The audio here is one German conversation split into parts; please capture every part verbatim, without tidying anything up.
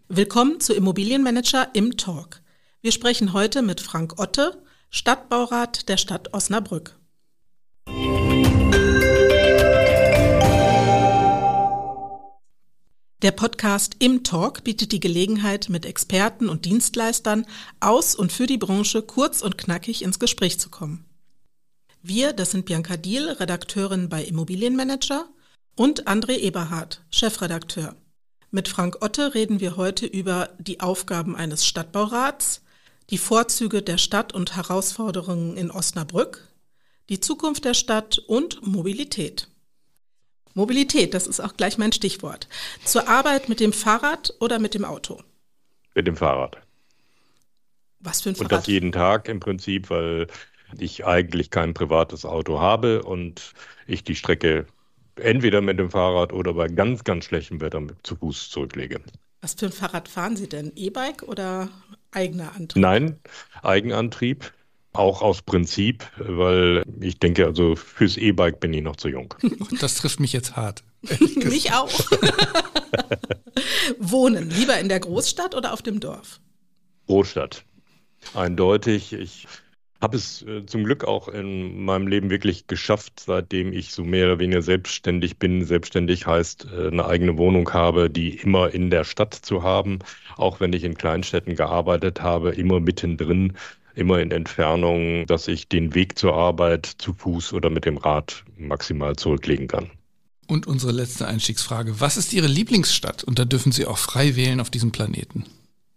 Willkommen zu Immobilienmanager im Talk. Wir sprechen heute mit Frank Otte, Stadtbaurat der Stadt Osnabrück. Der Podcast Im Talk bietet die Gelegenheit, mit Experten und Dienstleistern aus und für die Branche kurz und knackig ins Gespräch zu kommen. Wir, das sind Bianca Diehl, Redakteurin bei Immobilienmanager, und André Eberhardt, Chefredakteur. Mit Frank Otte reden wir heute über die Aufgaben eines Stadtbaurats, die Vorzüge der Stadt und Herausforderungen in Osnabrück, die Zukunft der Stadt und Mobilität. Mobilität, das ist auch gleich mein Stichwort. Zur Arbeit mit dem Fahrrad oder mit dem Auto? Mit dem Fahrrad. Was für ein Fahrrad? Und das jeden Tag im Prinzip, weil ich eigentlich kein privates Auto habe und ich die Strecke entweder mit dem Fahrrad oder bei ganz, ganz schlechtem Wetter zu Fuß zurücklege. Was für ein Fahrrad fahren Sie denn? E-Bike oder eigener Antrieb? Nein, Eigenantrieb, auch aus Prinzip, weil ich denke, also fürs E-Bike bin ich noch zu jung. Das trifft mich jetzt hart. Mich auch. Wohnen, lieber in der Großstadt oder auf dem Dorf? Großstadt, eindeutig. Ich habe es äh, zum Glück auch in meinem Leben wirklich geschafft, seitdem ich so mehr oder weniger selbstständig bin. Selbstständig heißt, äh, eine eigene Wohnung habe, die immer in der Stadt zu haben. Auch wenn ich in Kleinstädten gearbeitet habe, immer mittendrin, immer in Entfernung, dass ich den Weg zur Arbeit zu Fuß oder mit dem Rad maximal zurücklegen kann. Und unsere letzte Einstiegsfrage. Was ist Ihre Lieblingsstadt? Und da dürfen Sie auch frei wählen auf diesem Planeten.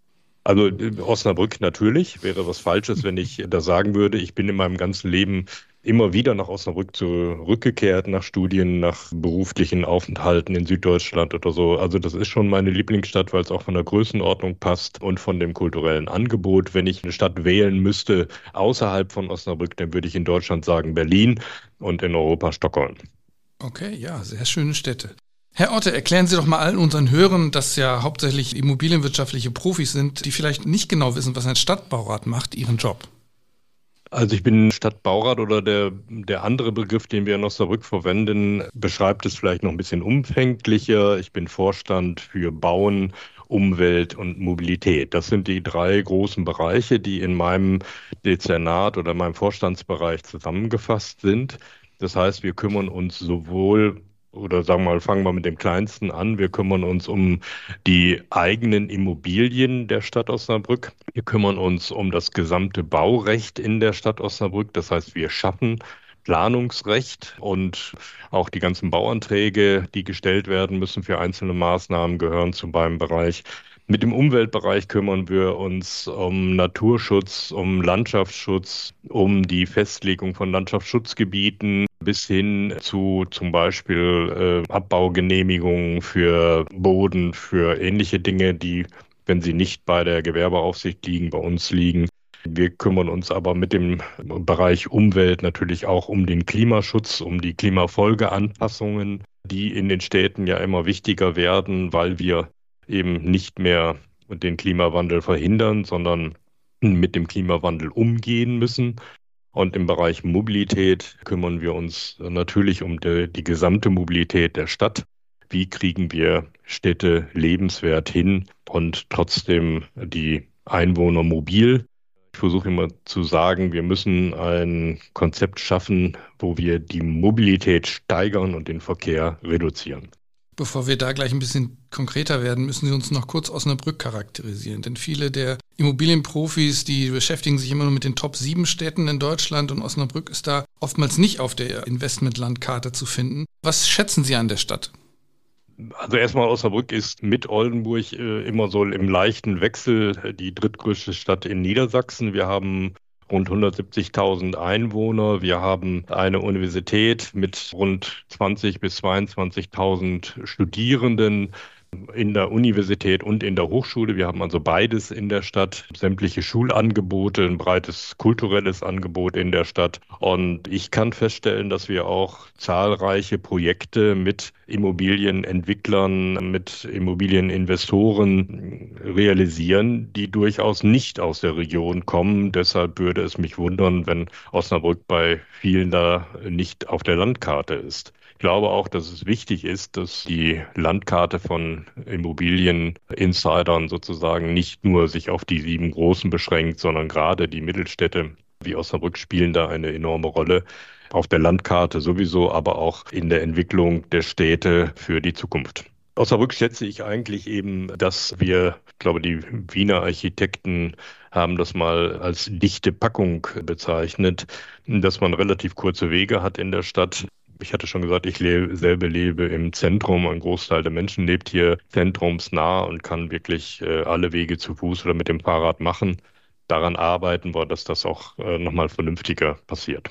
Also Osnabrück natürlich, wäre was Falsches, wenn ich das sagen würde. Ich bin in meinem ganzen Leben immer wieder nach Osnabrück zurückgekehrt, nach Studien, nach beruflichen Aufenthalten in Süddeutschland oder so. Also das ist schon meine Lieblingsstadt, weil es auch von der Größenordnung passt und von dem kulturellen Angebot. Wenn ich eine Stadt wählen müsste außerhalb von Osnabrück, dann würde ich in Deutschland sagen Berlin und in Europa Stockholm. Okay, ja, sehr schöne Städte. Herr Otte, erklären Sie doch mal allen unseren Hörern, dass ja hauptsächlich immobilienwirtschaftliche Profis sind, die vielleicht nicht genau wissen, was ein Stadtbaurat macht, ihren Job. Also ich bin Stadtbaurat oder der, der andere Begriff, den wir in Osnabrück verwenden, beschreibt es vielleicht noch ein bisschen umfänglicher. Ich bin Vorstand für Bauen, Umwelt und Mobilität. Das sind die drei großen Bereiche, die in meinem Dezernat oder in meinem Vorstandsbereich zusammengefasst sind. Das heißt, wir kümmern uns sowohl Oder sagen wir mal, fangen wir mit dem Kleinsten an. Wir kümmern uns um die eigenen Immobilien der Stadt Osnabrück. Wir kümmern uns um das gesamte Baurecht in der Stadt Osnabrück. Das heißt, wir schaffen Planungsrecht und auch die ganzen Bauanträge, die gestellt werden müssen für einzelne Maßnahmen, gehören zu meinem Bereich. Mit dem Umweltbereich kümmern wir uns um Naturschutz, um Landschaftsschutz, um die Festlegung von Landschaftsschutzgebieten bis hin zu zum Beispiel äh, Abbaugenehmigungen für Boden, für ähnliche Dinge, die, wenn sie nicht bei der Gewerbeaufsicht liegen, bei uns liegen. Wir kümmern uns aber mit dem Bereich Umwelt natürlich auch um den Klimaschutz, um die Klimafolgeanpassungen, die in den Städten ja immer wichtiger werden, weil wir eben nicht mehr den Klimawandel verhindern, sondern mit dem Klimawandel umgehen müssen. Und im Bereich Mobilität kümmern wir uns natürlich um die, die gesamte Mobilität der Stadt. Wie kriegen wir Städte lebenswert hin und trotzdem die Einwohner mobil? Ich versuche immer zu sagen, wir müssen ein Konzept schaffen, wo wir die Mobilität steigern und den Verkehr reduzieren. Bevor wir da gleich ein bisschen konkreter werden, müssen Sie uns noch kurz Osnabrück charakterisieren. Denn viele der Immobilienprofis, die beschäftigen sich immer nur mit den Top sieben Städten in Deutschland und Osnabrück ist da oftmals nicht auf der Investmentlandkarte zu finden. Was schätzen Sie an der Stadt? Also erstmal, Osnabrück ist mit Oldenburg äh, immer so im leichten Wechsel die drittgrößte Stadt in Niedersachsen. Wir haben rund hundertsiebzigtausend Einwohner. Wir haben eine Universität mit rund zwanzig bis zweiundzwanzigtausend Studierenden in der Universität und in der Hochschule. Wir haben also beides in der Stadt, sämtliche Schulangebote, ein breites kulturelles Angebot in der Stadt. Und ich kann feststellen, dass wir auch zahlreiche Projekte mit Immobilienentwicklern, mit Immobilieninvestoren realisieren, die durchaus nicht aus der Region kommen. Deshalb würde es mich wundern, wenn Osnabrück bei vielen da nicht auf der Landkarte ist. Ich glaube auch, dass es wichtig ist, dass die Landkarte von Immobilieninsidern sozusagen nicht nur sich auf die sieben Großen beschränkt, sondern gerade die Mittelstädte wie Osnabrück spielen da eine enorme Rolle. Auf der Landkarte sowieso, aber auch in der Entwicklung der Städte für die Zukunft. Osnabrück schätze ich eigentlich eben, dass wir, ich glaube, die Wiener Architekten haben das mal als dichte Packung bezeichnet, dass man relativ kurze Wege hat in der Stadt. Ich hatte schon gesagt, ich lebe, selber lebe im Zentrum. Ein Großteil der Menschen lebt hier zentrumsnah und kann wirklich äh, alle Wege zu Fuß oder mit dem Fahrrad machen. Daran arbeiten wir, dass das auch äh, nochmal vernünftiger passiert.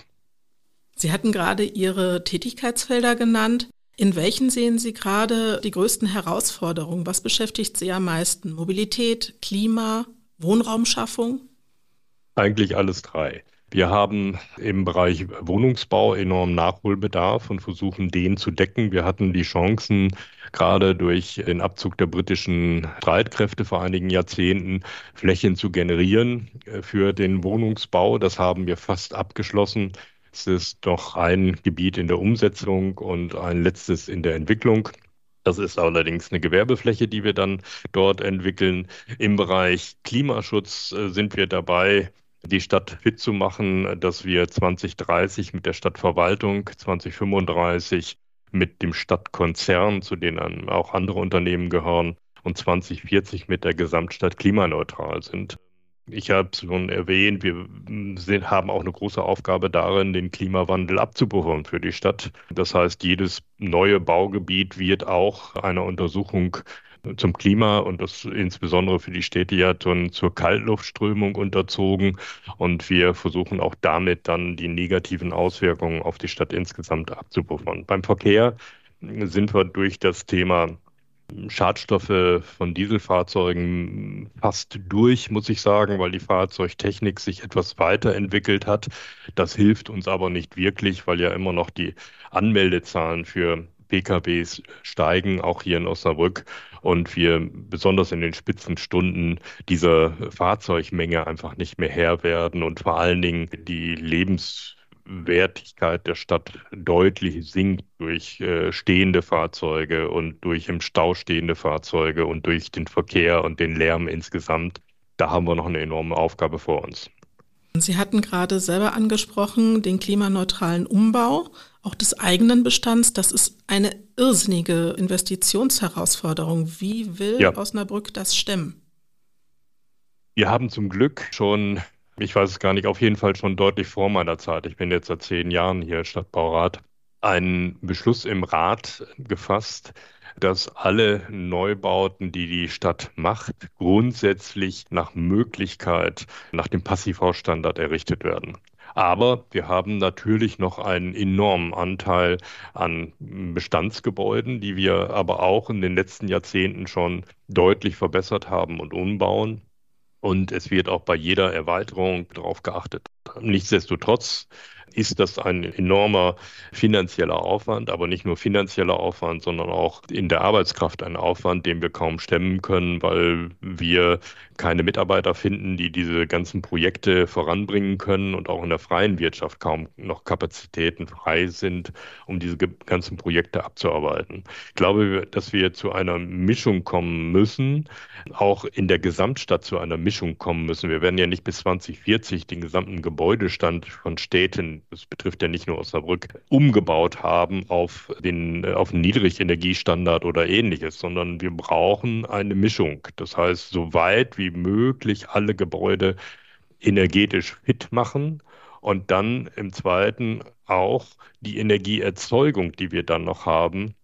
Sie hatten gerade Ihre Tätigkeitsfelder genannt. In welchen sehen Sie gerade die größten Herausforderungen? Was beschäftigt Sie am meisten? Mobilität, Klima, Wohnraumschaffung? Eigentlich alles drei. Wir haben im Bereich Wohnungsbau enormen Nachholbedarf und versuchen, den zu decken. Wir hatten die Chancen, gerade durch den Abzug der britischen Streitkräfte vor einigen Jahrzehnten Flächen zu generieren für den Wohnungsbau. Das haben wir fast abgeschlossen. Es ist noch ein Gebiet in der Umsetzung und ein letztes in der Entwicklung. Das ist allerdings eine Gewerbefläche, die wir dann dort entwickeln. Im Bereich Klimaschutz sind wir dabei, die Stadt fit zu machen, dass wir zwanzig dreißig mit der Stadtverwaltung, zwanzig fünfunddreißig mit dem Stadtkonzern, zu denen auch andere Unternehmen gehören, und zwanzig vierzig mit der Gesamtstadt klimaneutral sind. Ich habe es schon erwähnt, wir sind, haben auch eine große Aufgabe darin, den Klimawandel abzupuffern für die Stadt. Das heißt, jedes neue Baugebiet wird auch einer Untersuchung zum Klima und das insbesondere für die Städte ja zur Kaltluftströmung unterzogen. Und wir versuchen auch damit dann die negativen Auswirkungen auf die Stadt insgesamt abzupuffern. Beim Verkehr sind wir durch das Thema Schadstoffe von Dieselfahrzeugen fast durch, muss ich sagen, weil die Fahrzeugtechnik sich etwas weiterentwickelt hat. Das hilft uns aber nicht wirklich, weil ja immer noch die Anmeldezahlen für P K Ws steigen, auch hier in Osnabrück. Und wir besonders in den Spitzenstunden dieser Fahrzeugmenge einfach nicht mehr Herr werden und vor allen Dingen die Lebenswertigkeit der Stadt deutlich sinkt durch äh, stehende Fahrzeuge und durch im Stau stehende Fahrzeuge und durch den Verkehr und den Lärm insgesamt. Da haben wir noch eine enorme Aufgabe vor uns. Sie hatten gerade selber angesprochen, den klimaneutralen Umbau, auch des eigenen Bestands. Das ist eine irrsinnige Investitionsherausforderung. Wie will ja. Osnabrück das stemmen? Wir haben zum Glück schon, ich weiß es gar nicht, auf jeden Fall schon deutlich vor meiner Zeit, ich bin jetzt seit zehn Jahren hier Stadtbaurat, einen Beschluss im Rat gefasst, dass alle Neubauten, die die Stadt macht, grundsätzlich nach Möglichkeit nach dem Passivhausstandard errichtet werden. Aber wir haben natürlich noch einen enormen Anteil an Bestandsgebäuden, die wir aber auch in den letzten Jahrzehnten schon deutlich verbessert haben und umbauen. Und es wird auch bei jeder Erweiterung darauf geachtet. Nichtsdestotrotz ist das ein enormer finanzieller Aufwand, aber nicht nur finanzieller Aufwand, sondern auch in der Arbeitskraft ein Aufwand, den wir kaum stemmen können, weil wir keine Mitarbeiter finden, die diese ganzen Projekte voranbringen können und auch in der freien Wirtschaft kaum noch Kapazitäten frei sind, um diese ganzen Projekte abzuarbeiten. Ich glaube, dass wir zu einer Mischung kommen müssen, auch in der Gesamtstadt zu einer Mischung kommen müssen. Wir werden ja nicht bis zwanzig vierzig den gesamten Gebäudestand von Städten, das betrifft ja nicht nur Osnabrück, umgebaut haben auf den, auf einen Niedrigenergiestandard oder ähnliches, sondern wir brauchen eine Mischung. Das heißt, so weit wie möglich alle Gebäude energetisch fit machen und dann im Zweiten auch die Energieerzeugung, die wir dann noch haben,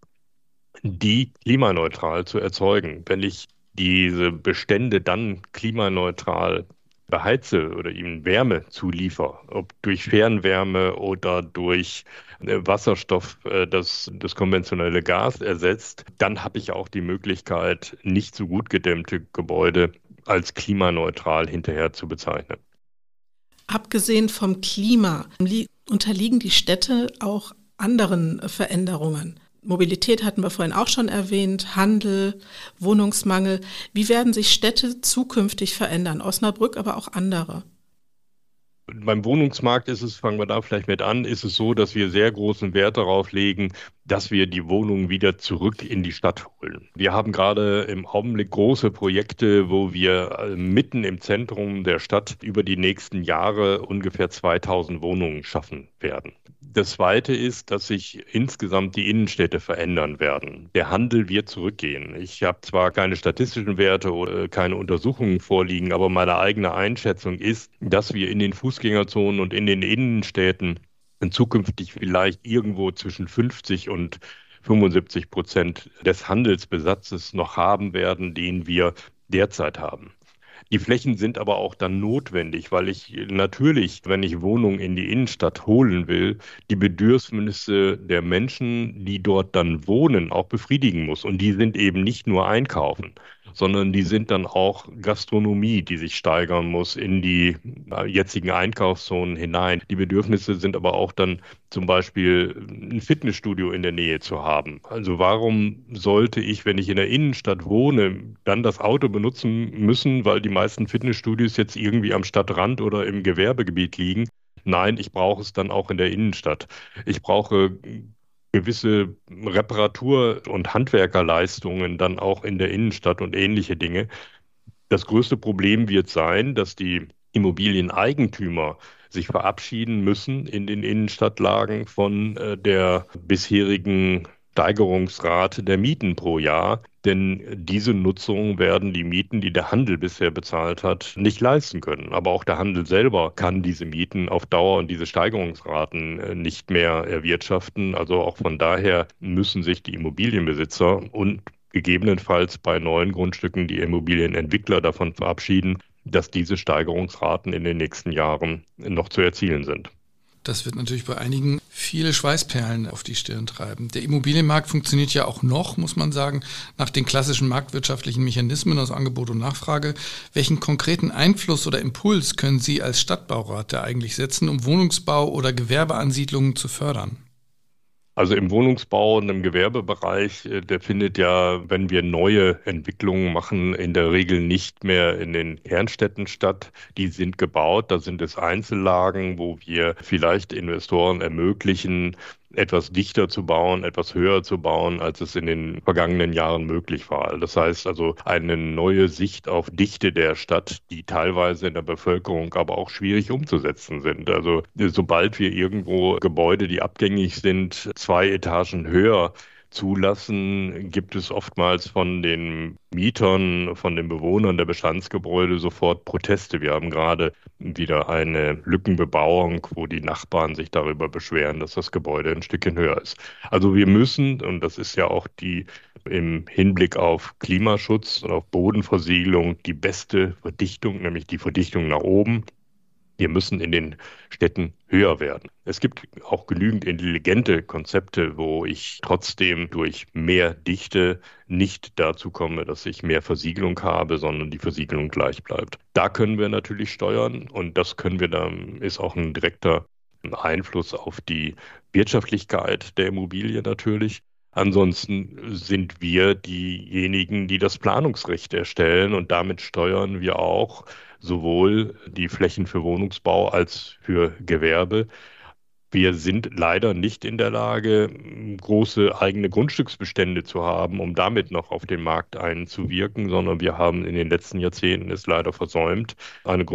die klimaneutral zu erzeugen. Wenn ich diese Bestände dann klimaneutral beheize oder ihm Wärme zuliefer, ob durch Fernwärme oder durch Wasserstoff, das das konventionelle Gas ersetzt, dann habe ich auch die Möglichkeit, nicht so gut gedämmte Gebäude als klimaneutral hinterher zu bezeichnen. Abgesehen vom Klima unterliegen die Städte auch anderen Veränderungen. Mobilität hatten wir vorhin auch schon erwähnt, Handel, Wohnungsmangel. Wie werden sich Städte zukünftig verändern? Osnabrück, aber auch andere? Beim Wohnungsmarkt ist es, fangen wir da vielleicht mit an, ist es so, dass wir sehr großen Wert darauf legen, dass wir die Wohnungen wieder zurück in die Stadt holen. Wir haben gerade im Augenblick große Projekte, wo wir äh, mitten im Zentrum der Stadt über die nächsten Jahre ungefähr zweitausend Wohnungen schaffen werden. Das Zweite ist, dass sich insgesamt die Innenstädte verändern werden. Der Handel wird zurückgehen. Ich habe zwar keine statistischen Werte oder keine Untersuchungen vorliegen, aber meine eigene Einschätzung ist, dass wir in den Fußgängerzonen und in den Innenstädten zukünftig vielleicht irgendwo zwischen fünfzig und fünfundsiebzig Prozent des Handelsbesatzes noch haben werden, den wir derzeit haben. Die Flächen sind aber auch dann notwendig, weil ich natürlich, wenn ich Wohnungen in die Innenstadt holen will, die Bedürfnisse der Menschen, die dort dann wohnen, auch befriedigen muss. Und die sind eben nicht nur Einkaufen, sondern die sind dann auch Gastronomie, die sich steigern muss in die jetzigen Einkaufszonen hinein. Die Bedürfnisse sind aber auch dann zum Beispiel ein Fitnessstudio in der Nähe zu haben. Also warum sollte ich, wenn ich in der Innenstadt wohne, dann das Auto benutzen müssen, weil die meisten Fitnessstudios jetzt irgendwie am Stadtrand oder im Gewerbegebiet liegen? Nein, ich brauche es dann auch in der Innenstadt. Ich brauche gewisse Reparatur- und Handwerkerleistungen dann auch in der Innenstadt und ähnliche Dinge. Das größte Problem wird sein, dass die Immobilieneigentümer sich verabschieden müssen in den Innenstadtlagen von äh, der bisherigen Steigerungsrate der Mieten pro Jahr. Denn diese Nutzung werden die Mieten, die der Handel bisher bezahlt hat, nicht leisten können. Aber auch der Handel selber kann diese Mieten auf Dauer und diese Steigerungsraten äh, nicht mehr erwirtschaften. Also auch von daher müssen sich die Immobilienbesitzer und gegebenenfalls bei neuen Grundstücken die Immobilienentwickler davon verabschieden, dass diese Steigerungsraten in den nächsten Jahren noch zu erzielen sind. Das wird natürlich bei einigen viele Schweißperlen auf die Stirn treiben. Der Immobilienmarkt funktioniert ja auch noch, muss man sagen, nach den klassischen marktwirtschaftlichen Mechanismen aus Angebot und Nachfrage. Welchen konkreten Einfluss oder Impuls können Sie als Stadtbaurat da eigentlich setzen, um Wohnungsbau oder Gewerbeansiedlungen zu fördern? Also im Wohnungsbau und im Gewerbebereich, der findet ja, wenn wir neue Entwicklungen machen, in der Regel nicht mehr in den Kernstädten statt. Die sind gebaut, da sind es Einzellagen, wo wir vielleicht Investoren ermöglichen, etwas dichter zu bauen, etwas höher zu bauen, als es in den vergangenen Jahren möglich war. Das heißt also eine neue Sicht auf Dichte der Stadt, die teilweise in der Bevölkerung aber auch schwierig umzusetzen sind. Also sobald wir irgendwo Gebäude, die abgängig sind, zwei Etagen höher zulassen, gibt es oftmals von den Mietern, von den Bewohnern der Bestandsgebäude sofort Proteste. Wir haben gerade wieder eine Lückenbebauung, wo die Nachbarn sich darüber beschweren, dass das Gebäude ein Stückchen höher ist. Also wir müssen, und das ist ja auch die im Hinblick auf Klimaschutz und auf Bodenversiegelung die beste Verdichtung, nämlich die Verdichtung nach oben. Wir müssen in den Städten höher werden. Es gibt auch genügend intelligente Konzepte, wo ich trotzdem durch mehr Dichte nicht dazu komme, dass ich mehr Versiegelung habe, sondern die Versiegelung gleich bleibt. Da können wir natürlich steuern und das können wir dann, ist auch ein direkter Einfluss auf die Wirtschaftlichkeit der Immobilie natürlich. Ansonsten sind wir diejenigen, die das Planungsrecht erstellen und damit steuern wir auch sowohl die Flächen für Wohnungsbau als für Gewerbe. Wir sind leider nicht in der Lage, große eigene Grundstücksbestände zu haben, um damit noch auf den Markt einzuwirken, sondern wir haben in den letzten Jahrzehnten es leider versäumt, eine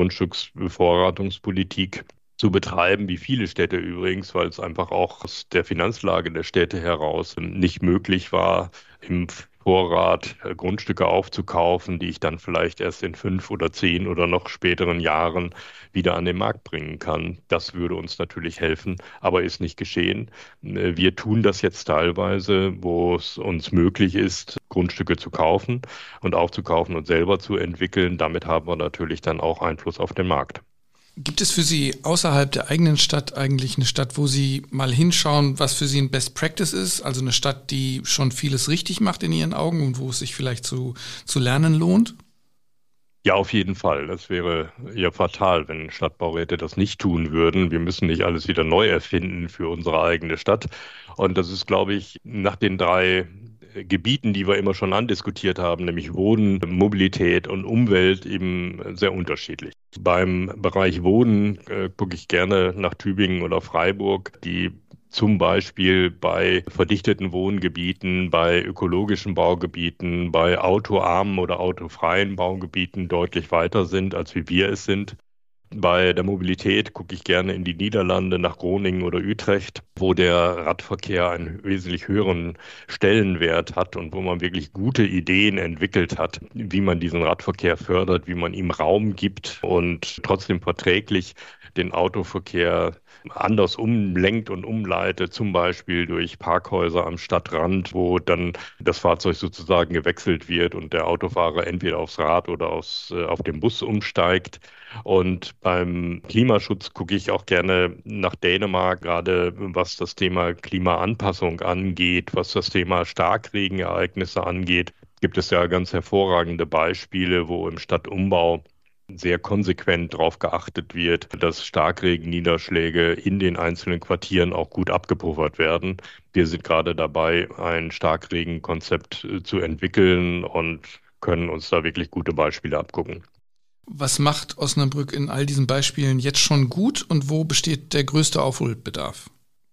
Grundstücksbevorratungspolitik zu betreiben, wie viele Städte übrigens, weil es einfach auch aus der Finanzlage der Städte heraus nicht möglich war, im Vorrat Grundstücke aufzukaufen, die ich dann vielleicht erst in fünf oder zehn oder noch späteren Jahren wieder an den Markt bringen kann. Das würde uns natürlich helfen, aber ist nicht geschehen. Wir tun das jetzt teilweise, wo es uns möglich ist, Grundstücke zu kaufen und aufzukaufen und selber zu entwickeln. Damit haben wir natürlich dann auch Einfluss auf den Markt. Gibt es für Sie außerhalb der eigenen Stadt eigentlich eine Stadt, wo Sie mal hinschauen, was für Sie ein Best Practice ist? Also eine Stadt, die schon vieles richtig macht in Ihren Augen und wo es sich vielleicht zu, zu lernen lohnt? Ja, auf jeden Fall. Das wäre ja fatal, wenn Stadtbauräte das nicht tun würden. Wir müssen nicht alles wieder neu erfinden für unsere eigene Stadt. Und das ist, glaube ich, nach den drei Gebieten, die wir immer schon andiskutiert haben, nämlich Wohnen, Mobilität und Umwelt, eben sehr unterschiedlich. Beim Bereich Wohnen äh, gucke ich gerne nach Tübingen oder Freiburg, die zum Beispiel bei verdichteten Wohngebieten, bei ökologischen Baugebieten, bei autoarmen oder autofreien Baugebieten deutlich weiter sind, als wie wir es sind. Bei der Mobilität gucke ich gerne in die Niederlande, nach Groningen oder Utrecht, wo der Radverkehr einen wesentlich höheren Stellenwert hat und wo man wirklich gute Ideen entwickelt hat, wie man diesen Radverkehr fördert, wie man ihm Raum gibt und trotzdem verträglich den Autoverkehr anders umlenkt und umleitet, zum Beispiel durch Parkhäuser am Stadtrand, wo dann das Fahrzeug sozusagen gewechselt wird und der Autofahrer entweder aufs Rad oder aufs, äh, auf den Bus umsteigt. Und beim Klimaschutz gucke ich auch gerne nach Dänemark, gerade was das Thema Klimaanpassung angeht, was das Thema Starkregenereignisse angeht. Gibt es ja ganz hervorragende Beispiele, wo im Stadtumbau sehr konsequent darauf geachtet wird, dass Starkregenniederschläge in den einzelnen Quartieren auch gut abgepuffert werden. Wir sind gerade dabei, ein Starkregenkonzept zu entwickeln und können uns da wirklich gute Beispiele abgucken. Was macht Osnabrück in all diesen Beispielen jetzt schon gut und wo besteht der größte Aufholbedarf?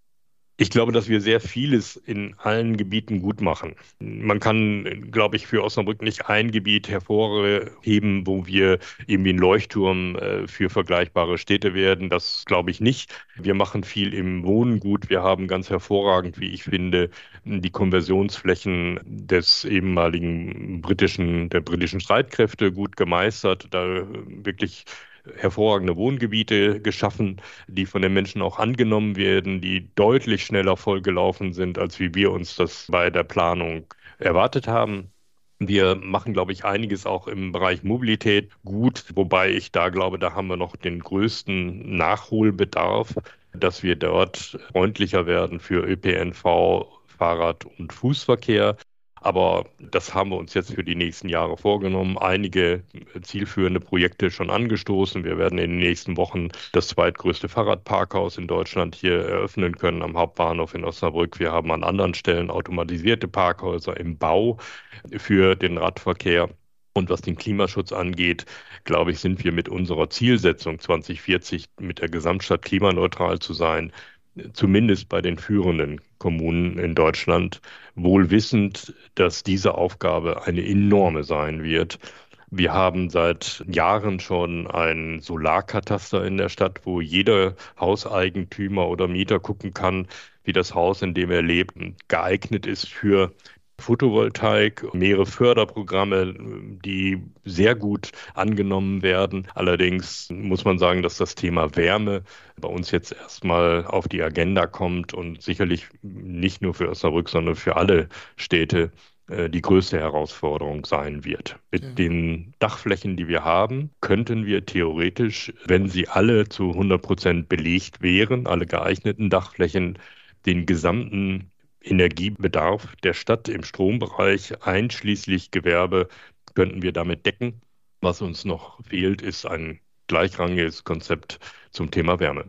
Ich glaube, dass wir sehr vieles in allen Gebieten gut machen. Man kann, glaube ich, für Osnabrück nicht ein Gebiet hervorheben, wo wir irgendwie ein Leuchtturm äh, für vergleichbare Städte werden. Das glaube ich nicht. Wir machen viel im Wohnen gut. Wir haben ganz hervorragend, wie ich finde, die Konversionsflächen des ehemaligen britischen, der britischen Streitkräfte gut gemeistert. Da wirklich hervorragende Wohngebiete geschaffen, die von den Menschen auch angenommen werden, die deutlich schneller vollgelaufen sind, als wie wir uns das bei der Planung erwartet haben. Wir machen, glaube ich, einiges auch im Bereich Mobilität gut, wobei ich da glaube, da haben wir noch den größten Nachholbedarf, dass wir dort freundlicher werden für Ö P N V, Fahrrad- und Fußverkehr. Aber das haben wir uns jetzt für die nächsten Jahre vorgenommen. Einige zielführende Projekte schon angestoßen. Wir werden in den nächsten Wochen das zweitgrößte Fahrradparkhaus in Deutschland hier eröffnen können am Hauptbahnhof in Osnabrück. Wir haben an anderen Stellen automatisierte Parkhäuser im Bau für den Radverkehr. Und was den Klimaschutz angeht, glaube ich, sind wir mit unserer Zielsetzung zwanzig vierzig mit der Gesamtstadt klimaneutral zu sein, zumindest bei den führenden Kommunen in Deutschland, wohl wissend, dass diese Aufgabe eine enorme sein wird. Wir haben seit Jahren schon ein Solarkataster in der Stadt, wo jeder Hauseigentümer oder Mieter gucken kann, wie das Haus, in dem er lebt, geeignet ist für Photovoltaik, mehrere Förderprogramme, die sehr gut angenommen werden. Allerdings muss man sagen, dass das Thema Wärme bei uns jetzt erstmal auf die Agenda kommt und sicherlich nicht nur für Osnabrück, sondern für alle Städte die größte Herausforderung sein wird. Mit ja. den Dachflächen, die wir haben, könnten wir theoretisch, wenn sie alle zu hundert Prozent belegt wären, alle geeigneten Dachflächen, den gesamten Energiebedarf der Stadt im Strombereich, einschließlich Gewerbe, könnten wir damit decken. Was uns noch fehlt, ist ein gleichrangiges Konzept zum Thema Wärme.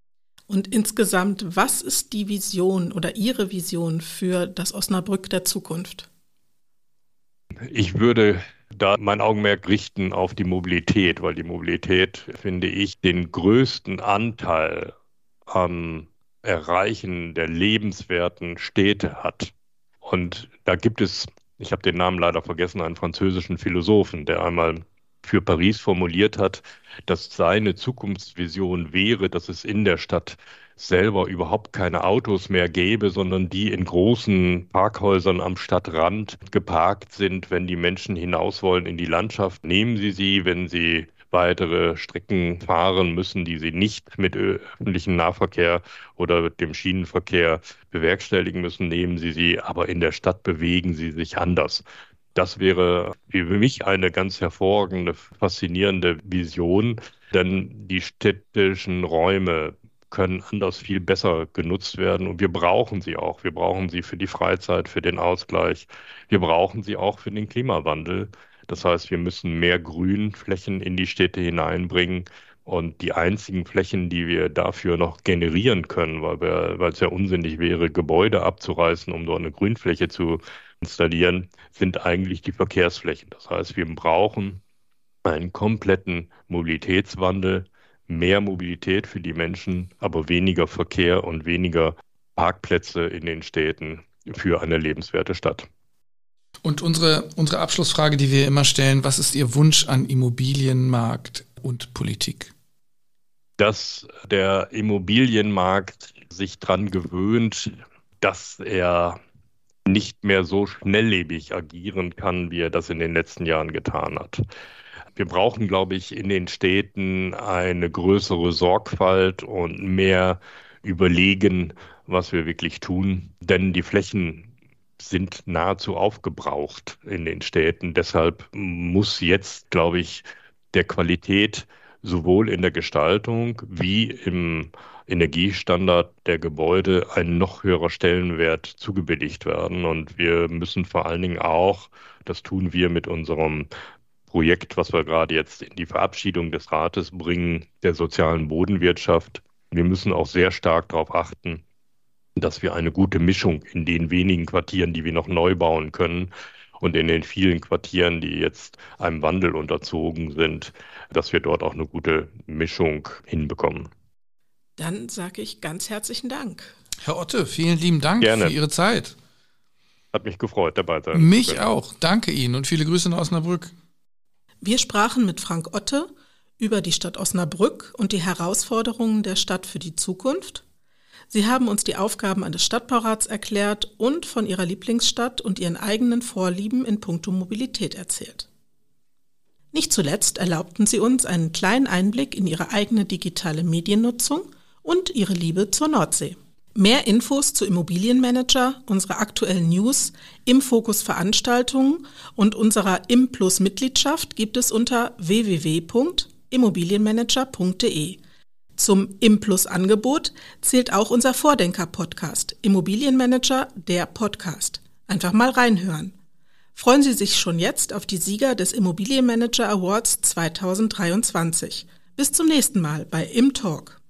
Und insgesamt, was ist die Vision oder Ihre Vision für das Osnabrück der Zukunft? Ich würde da mein Augenmerk richten auf die Mobilität, weil die Mobilität, finde ich, den größten Anteil am Erreichen der lebenswerten Städte hat. Und da gibt es, ich habe den Namen leider vergessen, einen französischen Philosophen, der einmal für Paris formuliert hat, dass seine Zukunftsvision wäre, dass es in der Stadt selber überhaupt keine Autos mehr gäbe, sondern die in großen Parkhäusern am Stadtrand geparkt sind. Wenn die Menschen hinaus wollen in die Landschaft, nehmen sie sie. Wenn sie weitere Strecken fahren müssen, die sie nicht mit öffentlichem Nahverkehr oder dem Schienenverkehr bewerkstelligen müssen, nehmen sie sie. Aber in der Stadt bewegen sie sich anders. Das wäre für mich eine ganz hervorragende, faszinierende Vision, denn die städtischen Räume können anders viel besser genutzt werden und wir brauchen sie auch. Wir brauchen sie für die Freizeit, für den Ausgleich. Wir brauchen sie auch für den Klimawandel. Das heißt, wir müssen mehr Grünflächen in die Städte hineinbringen. Und die einzigen Flächen, die wir dafür noch generieren können, weil, wir, weil es ja unsinnig wäre, Gebäude abzureißen, um dort eine Grünfläche zu installieren, sind eigentlich die Verkehrsflächen. Das heißt, wir brauchen einen kompletten Mobilitätswandel, mehr Mobilität für die Menschen, aber weniger Verkehr und weniger Parkplätze in den Städten für eine lebenswerte Stadt. Und unsere, unsere Abschlussfrage, die wir immer stellen, was ist Ihr Wunsch an Immobilienmarkt und Politik? Dass der Immobilienmarkt sich daran gewöhnt, dass er nicht mehr so schnelllebig agieren kann, wie er das in den letzten Jahren getan hat. Wir brauchen, glaube ich, in den Städten eine größere Sorgfalt und mehr überlegen, was wir wirklich tun. Denn die Flächen sind nahezu aufgebraucht in den Städten. Deshalb muss jetzt, glaube ich, der Qualität sowohl in der Gestaltung wie im Energiestandard der Gebäude ein noch höherer Stellenwert zugebilligt werden. Und wir müssen vor allen Dingen auch, das tun wir mit unserem Projekt, was wir gerade jetzt in die Verabschiedung des Rates bringen, der sozialen Bodenwirtschaft. Wir müssen auch sehr stark darauf achten, dass wir eine gute Mischung in den wenigen Quartieren, die wir noch neu bauen können, und in den vielen Quartieren, die jetzt einem Wandel unterzogen sind, dass wir dort auch eine gute Mischung hinbekommen. Dann sage ich ganz herzlichen Dank. Herr Otte, vielen lieben Dank Gerne. Für Ihre Zeit. Hat mich gefreut, dabei sein. Mich auch. Danke Ihnen und viele Grüße nach Osnabrück. Wir sprachen mit Frank Otte über die Stadt Osnabrück und die Herausforderungen der Stadt für die Zukunft. Sie haben uns die Aufgaben eines Stadtbaurats erklärt und von ihrer Lieblingsstadt und ihren eigenen Vorlieben in puncto Mobilität erzählt. Nicht zuletzt erlaubten sie uns einen kleinen Einblick in ihre eigene digitale Mediennutzung und ihre Liebe zur Nordsee. Mehr Infos zu Immobilienmanager, unsere aktuellen News, Im-Fokus Veranstaltungen und unserer Im-Plus-Mitgliedschaft gibt es unter w w w punkt immobilienmanager punkt d e. Zum Im-Plus-Angebot zählt auch unser Vordenker-Podcast, Immobilienmanager, der Podcast. Einfach mal reinhören. Freuen Sie sich schon jetzt auf die Sieger des Immobilienmanager Awards zweitausenddreiundzwanzig. Bis zum nächsten Mal bei Im Talk.